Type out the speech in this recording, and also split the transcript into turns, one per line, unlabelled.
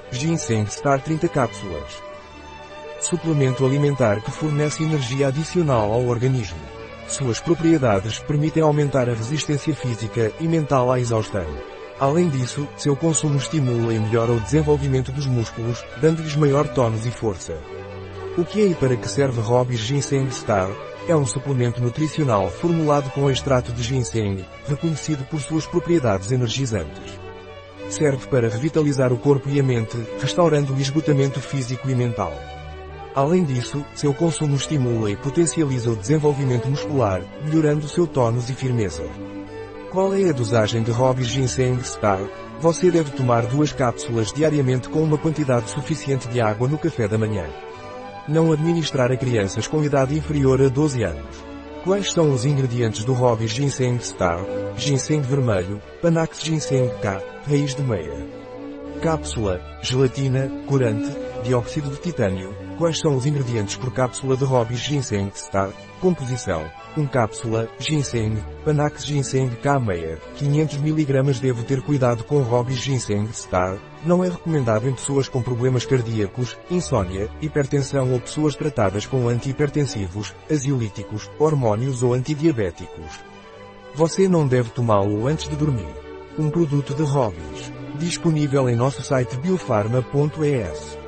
Ginseng Star 30 cápsulas. Suplemento alimentar que fornece energia adicional ao organismo. Suas propriedades permitem aumentar a resistência física e mental à exaustão. Além disso, seu consumo estimula e melhora o desenvolvimento dos músculos, dando-lhes maior tônus e força. O que é e para que serve Hobbies Ginseng Star? É um suplemento nutricional formulado com extrato de ginseng, reconhecido por suas propriedades energizantes. Serve para revitalizar o corpo e a mente, restaurando o esgotamento físico e mental. Além disso, seu consumo estimula e potencializa o desenvolvimento muscular, melhorando seu tônus e firmeza. Qual é a dosagem de Hobbies Ginseng Star? Você deve tomar 2 cápsulas diariamente com uma quantidade suficiente de água no café da manhã. Não administrar a crianças com idade inferior a 12 anos. Quais são os ingredientes do Hobbies Ginseng Star? Ginseng vermelho, Panax Ginseng K, raiz de meia. Cápsula, gelatina, corante, dióxido de titânio. Quais são os ingredientes por cápsula de Hobbies Ginseng Star? Composição: 1 cápsula, ginseng, Panax Ginseng K meia, 500 mg. Devo ter cuidado com Hobbies Ginseng Star. Não é recomendado em pessoas com problemas cardíacos, insônia, hipertensão ou pessoas tratadas com antihipertensivos, ansiolíticos, hormônios ou antidiabéticos. Você não deve tomá-lo antes de dormir. Um produto de Hobbies. Disponível em nosso site biofarma.es.